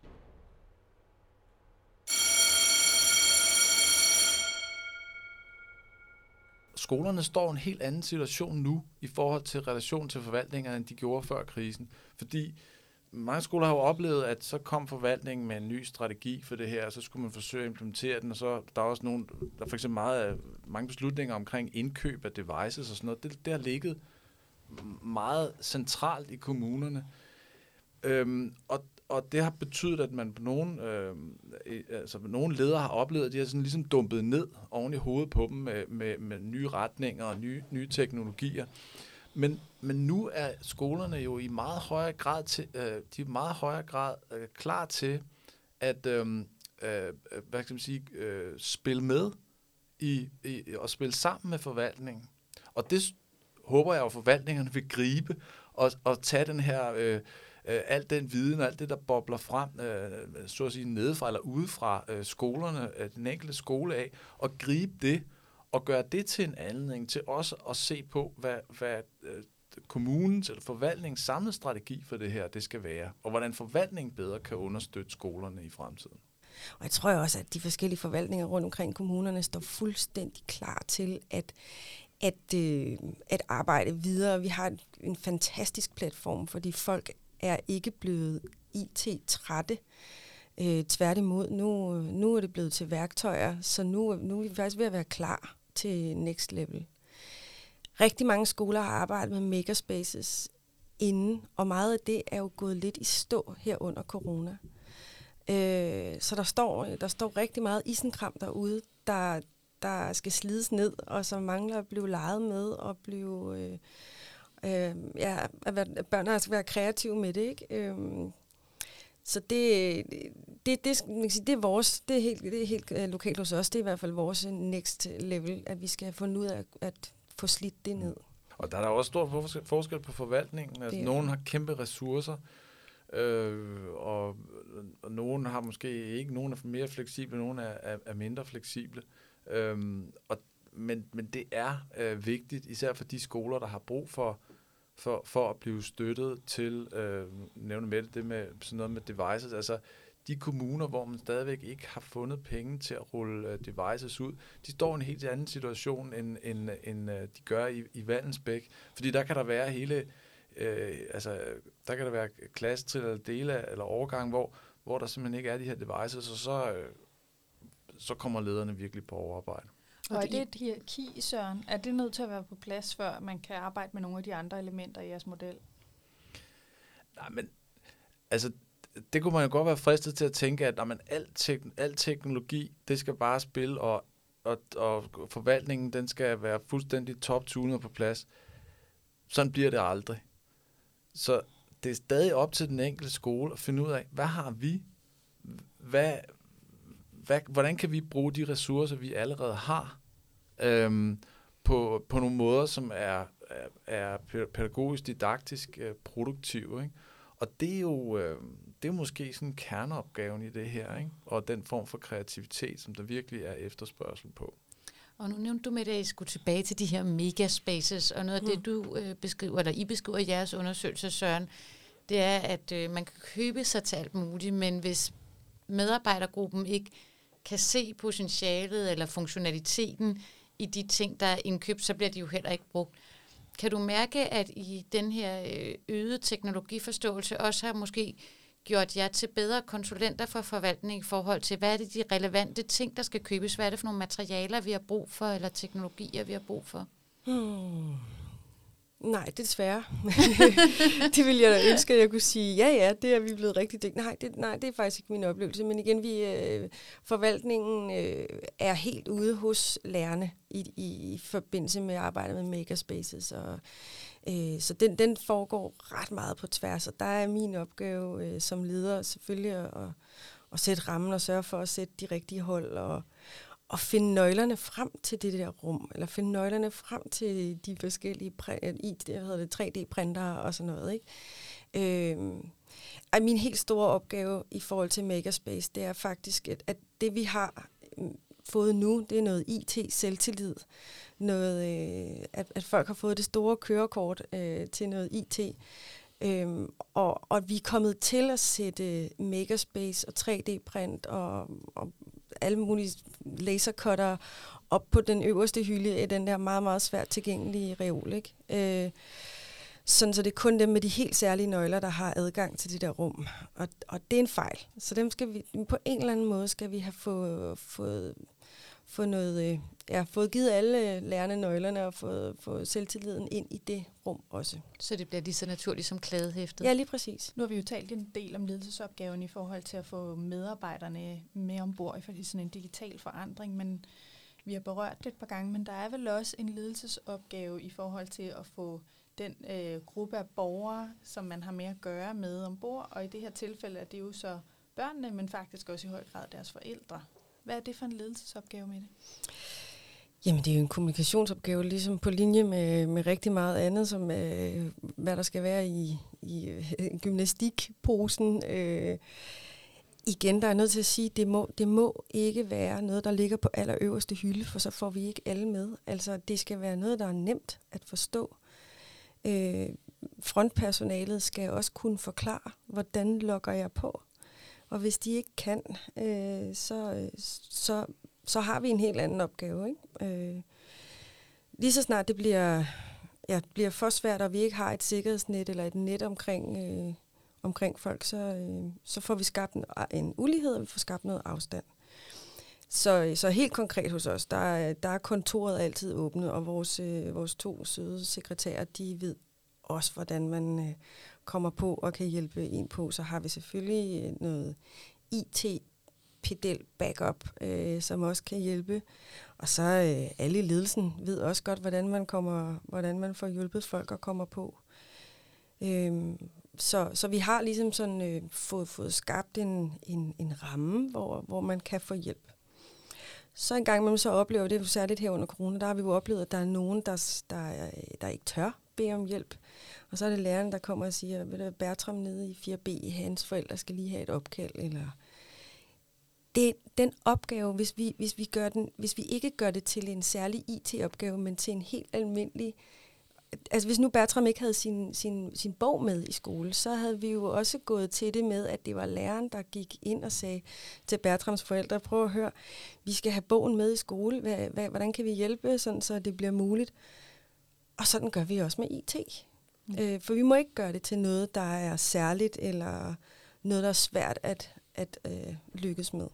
Skolerne står i en helt anden situation nu i forhold til relation til forvaltningerne, end de gjorde før krisen. Fordi mange skoler har jo oplevet, at så kom forvaltningen med en ny strategi for det her, og så skulle man forsøge at implementere den, og så der er også nogle, der er for eksempel meget, mange beslutninger omkring indkøb af devices og sådan noget. Det, det har ligget meget centralt i kommunerne. Øhm, og Og det har betydet, at man på nogle, øh, altså nogle ledere har oplevet, at de har sådan ligesom dumpet ned oven i hovedet på dem med, med, med nye retninger og nye, nye teknologier. Men, men nu er skolerne jo i meget højere grad, til, øh, de er meget højere grad øh, klar til at øh, øh, hvad skal man sige, øh, spille med i, i, og spille sammen med forvaltningen. Og det håber jeg, at forvaltningerne vil gribe og, og tage den her... Øh, Øh, alt den viden og alt det, der bobler frem, øh, så at sige nedefra eller udefra øh, skolerne, øh, den enkelte skole af, og gribe det og gøre det til en anledning til også at se på, hvad, hvad øh, kommunens eller forvaltningens samlede strategi for det her, det skal være, og hvordan forvaltningen bedre kan understøtte skolerne i fremtiden. Og jeg tror også, at de forskellige forvaltninger rundt omkring kommunerne står fuldstændig klar til at at, øh, at arbejde videre. Vi har en fantastisk platform, fordi folk er ikke blevet I T-trætte. Øh, tværtimod, nu, nu er det blevet til værktøjer, så nu, nu er vi faktisk ved at være klar til next level. Rigtig mange skoler har arbejdet med makerspaces inden, og meget af det er jo gået lidt i stå her under corona. Øh, så der står, der står rigtig meget isenkram derude, der, der skal slides ned, og som mangler at blive leget med, og blive, øh, øh, ja, at være, børnene skal være kreative med det, ikke? Øh, så det, det, det, man kan sige, det er vores, det er helt, det er helt uh, lokalt hos os, det er i hvert fald vores next level, at vi skal finde ud af at få slidt det ned. Og der er der også stor forskel, forskel på forvaltningen. Altså, nogen har kæmpe ressourcer, øh, og, og nogen har måske ikke. Nogen er mere fleksible, nogen er, er, er mindre fleksible. Øhm, og, men, men det er øh, vigtigt, især for de skoler, der har brug for, for, for at blive støttet til, øh, nævne med det, det med sådan noget med devices. Altså, de kommuner, hvor man stadigvæk ikke har fundet penge til at rulle uh, devices ud, de står i en helt anden situation, end, end, end uh, de gør i, i Vallensbæk. Fordi der kan der være hele, øh, altså, der kan der være klassetrin eller dele af, eller overgang, hvor, hvor der simpelthen ikke er de her devices, og så, øh, så kommer lederne virkelig på overarbejde. Og er det et hierarki, Søren? Er det nødt til at være på plads, før man kan arbejde med nogle af de andre elementer i jeres model? Nej, men altså, det kunne man jo godt være fristet til at tænke, at man, al, tek- al teknologi, det skal bare spille, og, og, og forvaltningen, den skal være fuldstændig top-tunet på plads. Sådan bliver det aldrig. Så det er stadig op til den enkelte skole at finde ud af, hvad har vi? Hvad, hvad, hvordan kan vi bruge de ressourcer, vi allerede har, øhm, på, på nogle måder, som er, er, er pædagogisk, didaktisk, øh, produktive, ikke? Og det er jo... Øh, Det er måske sådan kerneopgaven i det her, ikke? Og den form for kreativitet, som der virkelig er efterspørgsel på. Og nu nævnte du med, at I skulle tilbage til de her megaspaces, og noget af mm. det, du øh, beskriver, eller I beskriver i jeres undersøgelse, Søren, det er, at øh, man kan købe sig til alt muligt, men hvis medarbejdergruppen ikke kan se potentialet eller funktionaliteten i de ting, der er indkøbt, så bliver de jo heller ikke brugt. Kan du mærke, at i den her øh, øgede teknologiforståelse også har måske gjort jer til bedre konsulenter for forvaltning i forhold til, hvad er det de relevante ting, der skal købes? Hvad er det for nogle materialer, vi har brug for, eller teknologier, vi har brug for? Hmm. Nej, desværre. Det ville jeg da ønske, at jeg kunne sige, ja, ja, det er vi blevet rigtig dygtige. Nej, det, nej, det er faktisk ikke min oplevelse. Men igen, vi øh, forvaltningen øh, er helt ude hos lærerne i, i, i forbindelse med arbejdet med makerspaces. Og, øh, så den, den foregår ret meget på tværs. Og der er min opgave øh, som leder selvfølgelig at, at, at sætte rammen og sørge for at sætte de rigtige hold og og finde nøglerne frem til det der rum, eller finde nøglerne frem til de forskellige præ- i, hvad hedder det, tre D-printere og sådan noget, ikke? Øhm, ej, min helt store opgave i forhold til Makerspace, det er faktisk, at, at det vi har fået nu, det er noget I T-selvtillid. Noget, øh, at, at folk har fået det store kørekort øh, til noget I T. Øhm, og, og vi er kommet til at sætte Makerspace og tre D-print og, og alle mulige lasercutter op på den øverste hylde i den der meget, meget svært tilgængelige reol, ikke? Øh, sådan, så det er kun dem med de helt særlige nøgler, der har adgang til det der rum. Og, og det er en fejl. Så dem skal vi, på en eller anden måde skal vi have få, fået, få noget, ja, fået givet alle lærerne nøglerne og fået, fået selvtilliden ind i det rum også. Så det bliver lige så naturligt som klædehæftet? Ja, lige præcis. Nu har vi jo talt en del om ledelsesopgaven i forhold til at få medarbejderne med ombord i sådan en digital forandring, men vi har berørt det et par gange, men der er vel også en ledelsesopgave i forhold til at få den øh, gruppe af borgere, som man har med at gøre med ombord, og i det her tilfælde er det jo så børnene, men faktisk også i høj grad deres forældre. Hvad er det for en ledelsesopgave med det? Jamen, det er jo en kommunikationsopgave, ligesom på linje med, med rigtig meget andet, som øh, hvad der skal være i, i øh, gymnastikposen. Øh, igen, der er nødt til at sige, det må, det må ikke være noget, der ligger på allerøverste hylde, for så får vi ikke alle med. Altså, det skal være noget, der er nemt at forstå. Øh, frontpersonalet skal også kunne forklare, hvordan logger jeg på. Og hvis de ikke kan, øh, så, så, så har vi en helt anden opgave, ikke? Øh, lige så snart det bliver, ja, bliver for svært, og vi ikke har et sikkerhedsnet eller et net omkring, øh, omkring folk, så, øh, så får vi skabt en, en ulighed, og vi får skabt noget afstand. Så, så helt konkret hos os, der er, der er kontoret altid åbnet, og vores, øh, vores to søde sekretærer, de ved også, hvordan man øh, kommer på og kan hjælpe en på. Så har vi selvfølgelig noget I T-pedel backup, øh, som også kan hjælpe. Og så øh, alle i ledelsen ved også godt, hvordan man kommer, hvordan man får hjulpet folk og kommer på. Øhm, så, så vi har ligesom sådan øh, fået, fået skabt en, en, en ramme, hvor, hvor man kan få hjælp. Så en gang imellem så oplever det, særligt her under corona, der har vi jo oplevet, at der er nogen, der, der, der ikke tør bede om hjælp. Og så er det læreren, der kommer og siger, ved du, Bertram nede i fire B, hans forældre skal lige have et opkald, eller... Det, den opgave, hvis vi, hvis, vi gør den, hvis vi ikke gør det til en særlig I T-opgave, men til en helt almindelig... Altså hvis nu Bertram ikke havde sin, sin, sin bog med i skole, så havde vi jo også gået til det med, at det var læreren, der gik ind og sagde til Bertrams forældre, prøv at høre, vi skal have bogen med i skole, hvad, hvad, hvordan kan vi hjælpe, sådan, så det bliver muligt? Og sådan gør vi også med I T. Mm. Øh, for vi må ikke gøre det til noget, der er særligt, eller noget, der er svært at, at øh, lykkes med.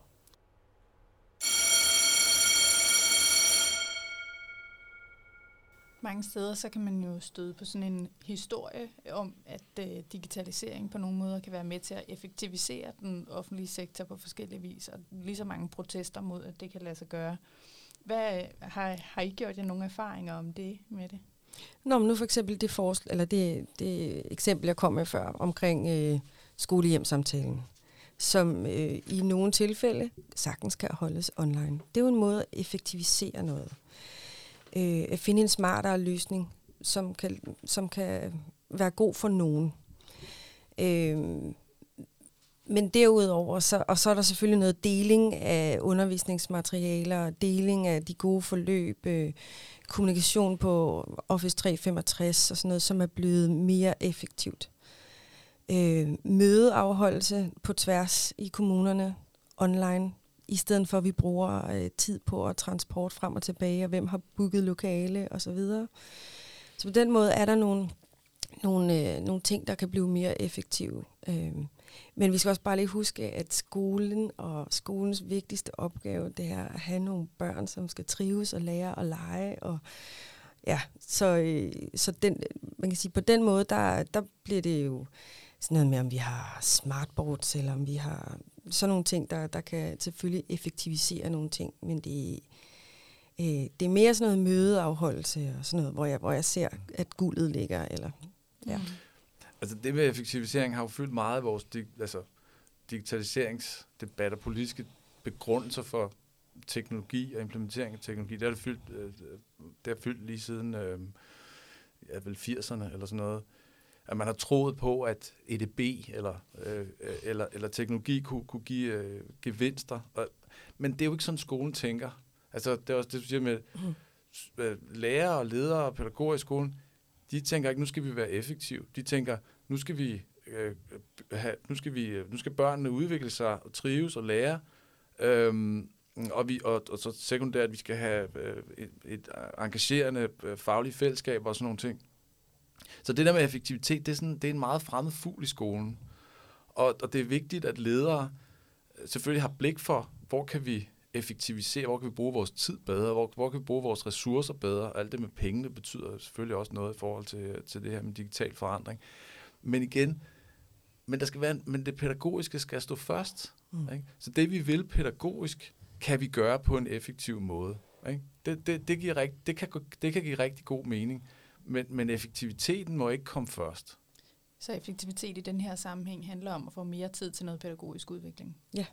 Mange steder så kan man jo støde på sådan en historie om, at øh, digitalisering på nogle måder kan være med til at effektivisere den offentlige sektor på forskellige vis, og lige så mange protester mod, at det kan lade sig gøre. Hvad, har, har I gjort jer nogle erfaringer om det med det? Nå, men nu for eksempel det, forsl- eller det, det eksempel, jeg kom med før, omkring øh, skolehjemsamtalen, som øh, i nogle tilfælde sagtens kan holdes online. Det er jo en måde at effektivisere noget. Øh, at finde en smartere løsning, som kan, som kan være god for nogen. Øh, men derudover, så, og så er der selvfølgelig noget deling af undervisningsmaterialer, deling af de gode forløb, øh, kommunikation på Office tre femogtres og sådan noget, som er blevet mere effektivt. Øh, mødeafholdelse på tværs i kommunerne online, i stedet for at vi bruger øh, tid på at transport frem og tilbage, og hvem har booket lokale og så videre. Så på den måde er der nogle, nogle, øh, nogle ting, der kan blive mere effektive. Øh, men vi skal også bare lige huske, at skolen og skolens vigtigste opgave, det er at have nogle børn, som skal trives og lære og lege. Og, ja, så øh, så den, man kan sige, på den måde, der, der bliver det jo sådan noget med, om vi har smartboards, eller om vi har sådan nogle ting, der, der kan selvfølgelig effektivisere nogle ting, men det, øh, det er mere sådan noget mødeafholdelse og sådan noget, hvor jeg, hvor jeg ser, at guldet ligger. Eller, ja. Mm. Altså det med effektivisering har jo fyldt meget af vores dig, altså, digitaliseringsdebat og politiske begrundelser for teknologi og implementering af teknologi. Det har det fyldt, øh, det har fyldt lige siden øh, ja, vel firserne eller sådan noget. At man har troet på, at E D B eller, øh, eller, eller teknologi kunne, kunne give øh, gevinster. Og, men det er jo ikke sådan, skolen tænker. Altså, det er også det, du siger med øh, lærere og ledere og pædagoger i skolen. De tænker ikke, nu skal vi være effektive. De tænker, nu skal vi øh, have, nu skal vi, nu skal børnene udvikle sig og trives og lære. Øhm, og, vi, og, og så sekundært, at vi skal have øh, et, et engagerende øh, fagligt fællesskab og sådan nogle ting. Så det der med effektivitet, det er, sådan, det er en meget fremmed fugl i skolen. Og, og det er vigtigt, at ledere selvfølgelig har blik for, hvor kan vi effektivisere, hvor kan vi bruge vores tid bedre, hvor, hvor kan vi bruge vores ressourcer bedre. Alt det med pengene betyder selvfølgelig også noget i forhold til, til det her med digital forandring. Men igen, men, der skal være, men det pædagogiske skal stå først. Mm. Ikke? Så det vi vil pædagogisk, kan vi gøre på en effektiv måde. Ikke? Det, det, det, giver rigt, det, kan, det kan give rigtig god mening. Men, men effektiviteten må ikke komme først. Så effektivitet i den her sammenhæng handler om at få mere tid til noget pædagogisk udvikling? Ja,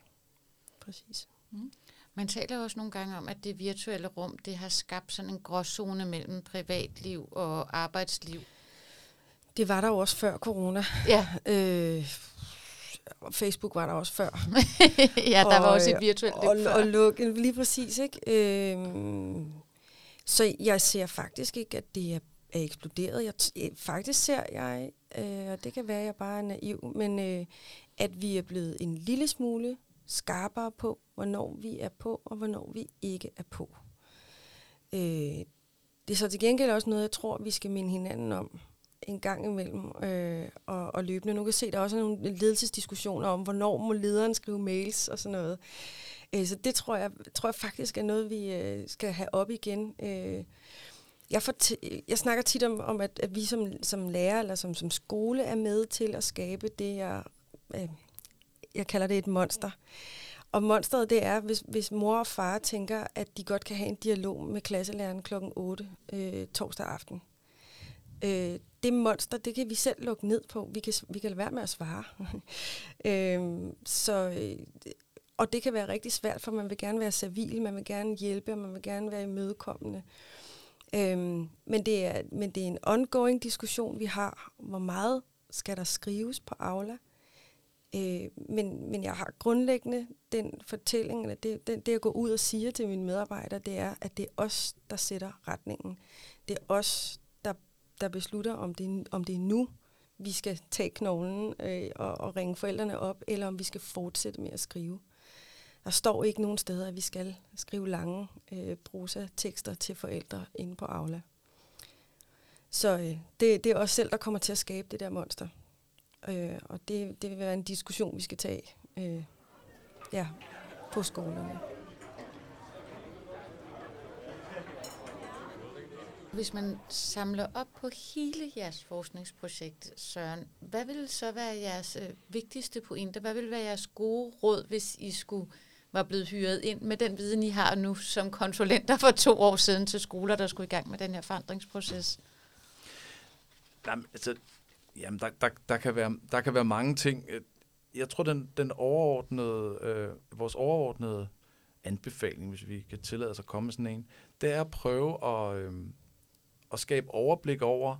præcis. Mm. Man taler også nogle gange om, at det virtuelle rum, det har skabt sådan en gråzone mellem privatliv og arbejdsliv. Det var der jo også før corona. Ja. Øh, Facebook var der også før. Ja, der og, var også et virtuelt liv og, før. Og lukke, lige præcis, ikke? Øh, Så jeg ser faktisk ikke, at det er, er eksploderet. Jeg t- faktisk ser jeg, øh, og det kan være, at jeg bare er naiv, men øh, at vi er blevet en lille smule skarpere på, hvornår vi er på, og hvornår vi ikke er på. Øh, det er så til gengæld også noget, jeg tror, vi skal minde hinanden om en gang imellem øh, og, og løbende. Nu kan jeg se, at der også er nogle ledelsesdiskussioner om, hvornår må lederen skrive mails og sådan noget. Så det tror jeg, tror jeg faktisk er noget, vi øh, skal have op igen. Øh, jeg, t- jeg snakker tit om, om at, at vi som, som lærer eller som, som skole er med til at skabe det, jeg, øh, jeg kalder det et monster. Og monsteret, det er, hvis, hvis mor og far tænker, at de godt kan have en dialog med klasselæreren klokken otte øh, torsdag aften. Øh, det monster, det kan vi selv lukke ned på. Vi kan, vi kan lade være med at svare. øh, så, øh, og det kan være rigtig svært, for man vil gerne være servil, man vil gerne hjælpe, og man vil gerne være imødekommende. Øh, men, det er, men det er en ongoing diskussion, vi har. Hvor meget skal der skrives på Aula? Øh, men, men jeg har grundlæggende den fortælling, eller det, det, det jeg går ud og siger til mine medarbejdere, det er, at det er os, der sætter retningen. Det er os, der, der beslutter, om det, om det er nu, vi skal tage knoglen øh, og, og ringe forældrene op, eller om vi skal fortsætte med at skrive. Der står ikke nogen steder, at vi skal skrive lange øh, prosa-tekster til forældre inde på Aula. Så øh, det, det er os selv, der kommer til at skabe det der monster. Øh, og det, det vil være en diskussion, vi skal tage øh, ja, på skolerne. Hvis man samler op på hele jeres forskningsprojekt, Søren, hvad vil så være jeres øh, vigtigste pointe? Hvad vil være jeres gode råd, hvis I skulle var blevet hyret ind med den viden, I har nu som konsulenter for to år siden til skoler, der skulle i gang med den her forandringsproces? Jamen, altså, jamen der, der, der, kan være, der kan være mange ting. Jeg tror, den, den overordnede, øh, vores overordnede anbefaling, hvis vi kan tillade os at komme med sådan en, det er at prøve at, øh, at skabe overblik over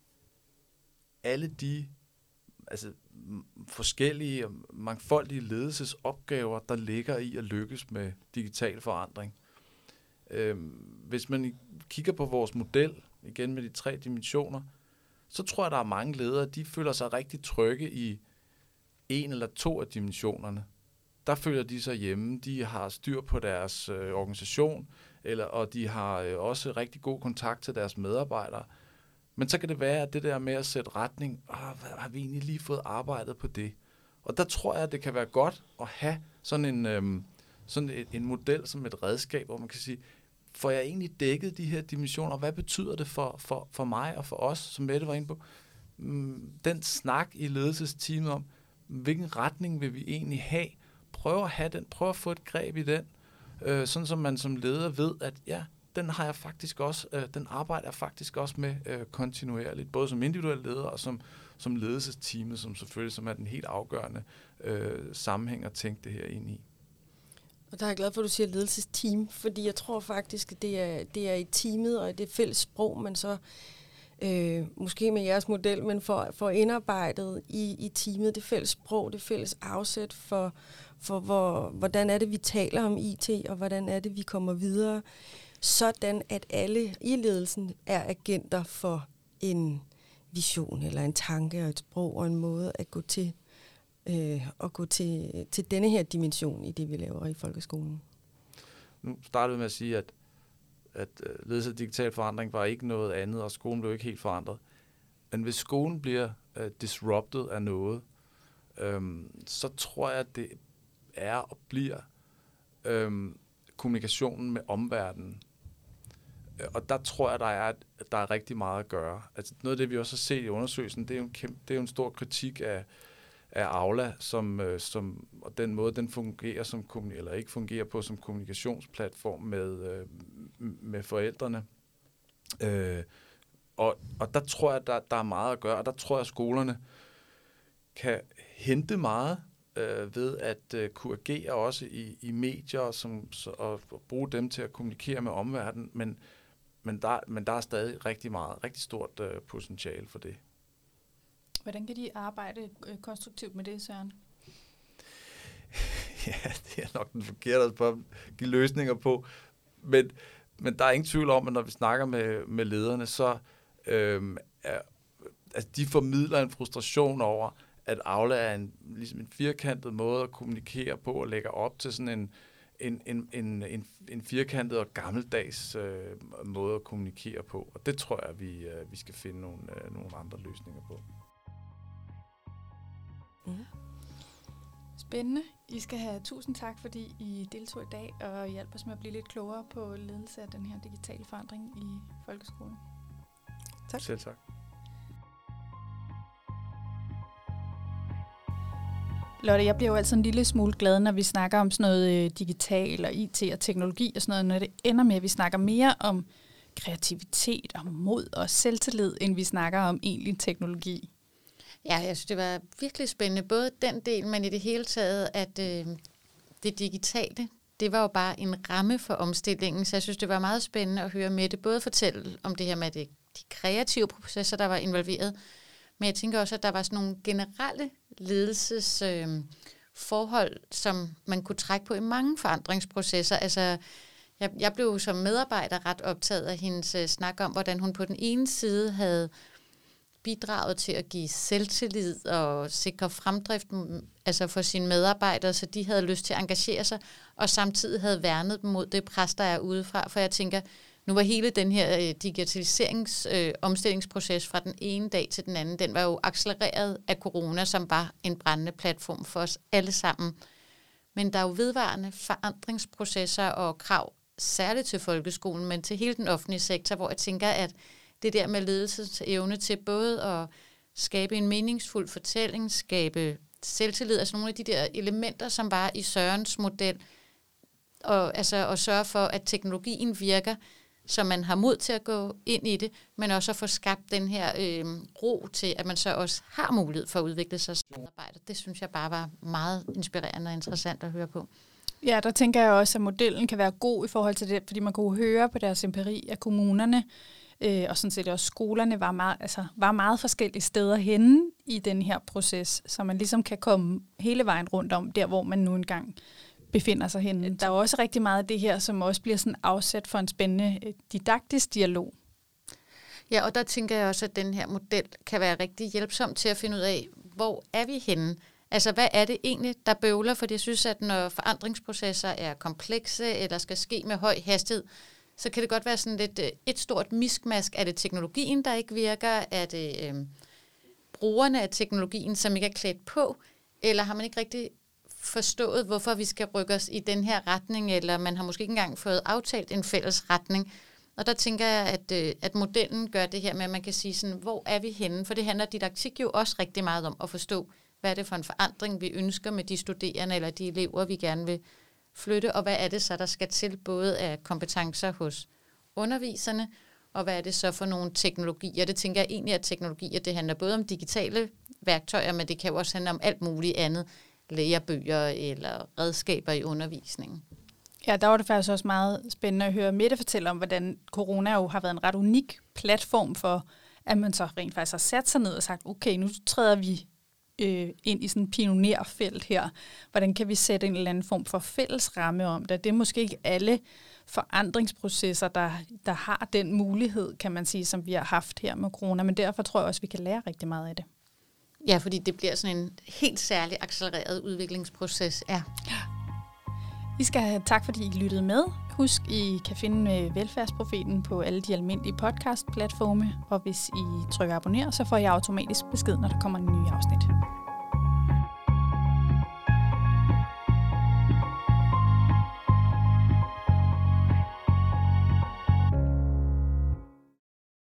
alle de altså, forskellige og mangfoldige ledelsesopgaver, der ligger i at lykkes med digital forandring. Øh, hvis man kigger på vores model, igen med de tre dimensioner, så tror jeg, der er mange ledere, de føler sig rigtig trygge i en eller to af dimensionerne. Der føler de sig hjemme, de har styr på deres øh, organisation, eller, og de har øh, også rigtig god kontakt til deres medarbejdere. Men så kan det være, at det der med at sætte retning, åh, har vi egentlig lige fået arbejdet på det? Og der tror jeg, at det kan være godt at have sådan en, øh, sådan et, en model som et redskab, hvor man kan sige, får jeg egentlig dækket de her dimensioner? Hvad betyder det for, for, for mig og for os, som Mette var inde på? Den snak i ledelsesteamet om, hvilken retning vil vi egentlig have? Prøv at have den, prøv at få et greb i den, øh, sådan som man som leder ved, at ja, den har jeg faktisk også, øh, den arbejder jeg faktisk også med øh, kontinuerligt, både som individuel leder og som, som ledelsesteamet, som selvfølgelig som er den helt afgørende øh, sammenhæng at tænke det her ind i. Og der er jeg glad for, at du siger ledelsesteam, fordi jeg tror faktisk, at det er, det er i teamet og det fælles sprog, man så øh, måske med jeres model, men for, for indarbejdet i, i teamet, det fælles sprog, det fælles afsæt for, for hvor, hvordan er det, vi taler om I T, og hvordan er det, vi kommer videre, sådan at alle i ledelsen er agenter for en vision eller en tanke og et sprog og en måde at gå til Øh, og gå til, til denne her dimension i det, vi laver i folkeskolen. Nu startede vi med at sige, at, at ledelse af digital forandring var ikke noget andet, og skolen blev ikke helt forandret. Men hvis skolen bliver uh, disrupted af noget, øhm, så tror jeg, at det er og bliver øhm, kommunikationen med omverdenen. Og der tror jeg, der er, der er rigtig meget at gøre. Altså noget af det, vi også har set i undersøgelsen, det er jo en, kæmpe, det er jo en stor kritik af af Aula, som, øh, som, og den måde, den fungerer som, eller ikke fungerer på som kommunikationsplatform med, øh, med forældrene. Øh, og, og der tror jeg, der, der er meget at gøre, og der tror jeg, at skolerne kan hente meget øh, ved at øh, kunne agere også i, i medier, som, så, og, og bruge dem til at kommunikere med omverdenen, men, men, der, men der er stadig rigtig meget, rigtig stort øh, potentiale for det. Hvordan kan de arbejde øh, konstruktivt med det, Søren? Ja, det er nok den forkerte at give løsninger på. Men, men der er ingen tvivl om, at når vi snakker med, med lederne, så øhm, er, altså, de formidler en frustration over, at Aula er en, ligesom en firkantet måde at kommunikere på og lægger op til sådan en, en, en, en, en, en firkantet og gammeldags øh, måde at kommunikere på. Og det tror jeg, vi, øh, vi skal finde nogle, øh, nogle andre løsninger på. Mm. Spændende. I skal have tusind tak, fordi I deltog i dag og hjalp os med at blive lidt klogere på ledelse af den her digitale forandring i folkeskolen. Tak. Selv tak. Lotte, jeg bliver jo altid en lille smule glad, når vi snakker om sådan noget øh, digital og I T og teknologi og sådan noget, når det ender med, at vi snakker mere om kreativitet og mod og selvtillid, end vi snakker om egentlig teknologi. Ja, jeg synes, det var virkelig spændende. Både den del, men i det hele taget, at øh, det digitale, det var jo bare en ramme for omstillingen, så jeg synes, det var meget spændende at høre Mette både fortælle om det her med det, de kreative processer, der var involveret, men jeg tænker også, at der var sådan nogle generelle ledelsesforhold, øh, som man kunne trække på i mange forandringsprocesser. Altså, jeg, jeg blev som medarbejder ret optaget af hendes øh, snak om, hvordan hun på den ene side havde bidraget til at give selvtillid og sikre fremdrift altså for sine medarbejdere, så de havde lyst til at engagere sig, og samtidig havde værnet dem mod det pres, der er udefra. For jeg tænker, nu var hele den her øh, digitaliserings øh, omstillingsproces fra den ene dag til den anden, den var jo accelereret af corona, som var en brændende platform for os alle sammen. Men der er jo vedvarende forandringsprocesser og krav, særligt til folkeskolen, men til hele den offentlige sektor, hvor jeg tænker, at det der med ledelsens evne til både at skabe en meningsfuld fortælling, skabe selvtillid, altså nogle af de der elementer, som var i Sørens model, og altså at sørge for, at teknologien virker, så man har mod til at gå ind i det, men også at få skabt den her øh, ro til, at man så også har mulighed for at udvikle sig som medarbejder. Det synes jeg bare var meget inspirerende og interessant at høre på. Ja, der tænker jeg også, at modellen kan være god i forhold til det, fordi man kunne høre på deres empiri, at kommunerne øh, og sådan set også skolerne var meget, altså, var meget forskellige steder henne i den her proces, så man ligesom kan komme hele vejen rundt om, der hvor man nu engang befinder sig henne. Der er også rigtig meget af det her, som også bliver sådan afsat for en spændende øh, didaktisk dialog. Ja, og der tænker jeg også, at den her model kan være rigtig hjælpsom til at finde ud af, hvor er vi henne? Altså, hvad er det egentlig, der bøvler? For jeg synes, at når forandringsprocesser er komplekse eller skal ske med høj hastighed, så kan det godt være sådan lidt et stort miskmask. Er det teknologien, der ikke virker? Er det øh, brugerne af teknologien, som ikke er klædt på? Eller har man ikke rigtig forstået, hvorfor vi skal rykke os i den her retning? Eller man har måske ikke engang fået aftalt en fælles retning? Og der tænker jeg, at, øh, at modellen gør det her med, at man kan sige sådan, hvor er vi henne? For det handler didaktik jo også rigtig meget om at forstå, hvad er det for en forandring, vi ønsker med de studerende eller de elever, vi gerne vil flytte, og hvad er det så, der skal til både af kompetencer hos underviserne, og hvad er det så for nogle teknologier? Det tænker jeg egentlig, at teknologier, det handler både om digitale værktøjer, men det kan jo også handle om alt muligt andet, lærebøger eller redskaber i undervisningen. Ja, der var det faktisk også meget spændende at høre Mette fortælle om, hvordan corona jo har været en ret unik platform for, at man så rent faktisk har sat sig ned og sagt, okay, nu træder vi øh, ind i sådan en pionerfelt her. Hvordan kan vi sætte en eller anden form for fælles ramme om det? Det er måske ikke alle forandringsprocesser, der, der har den mulighed, kan man sige, som vi har haft her med corona, men derfor tror jeg også, at vi kan lære rigtig meget af det. Ja, fordi det bliver sådan en helt særlig accelereret udviklingsproces. Ja. I skal have tak, fordi I lyttede med. Husk, I kan finde Velfærdsprofeten på alle de almindelige podcast-platforme, og hvis I trykker abonner, så får I automatisk besked, når der kommer en ny afsnit.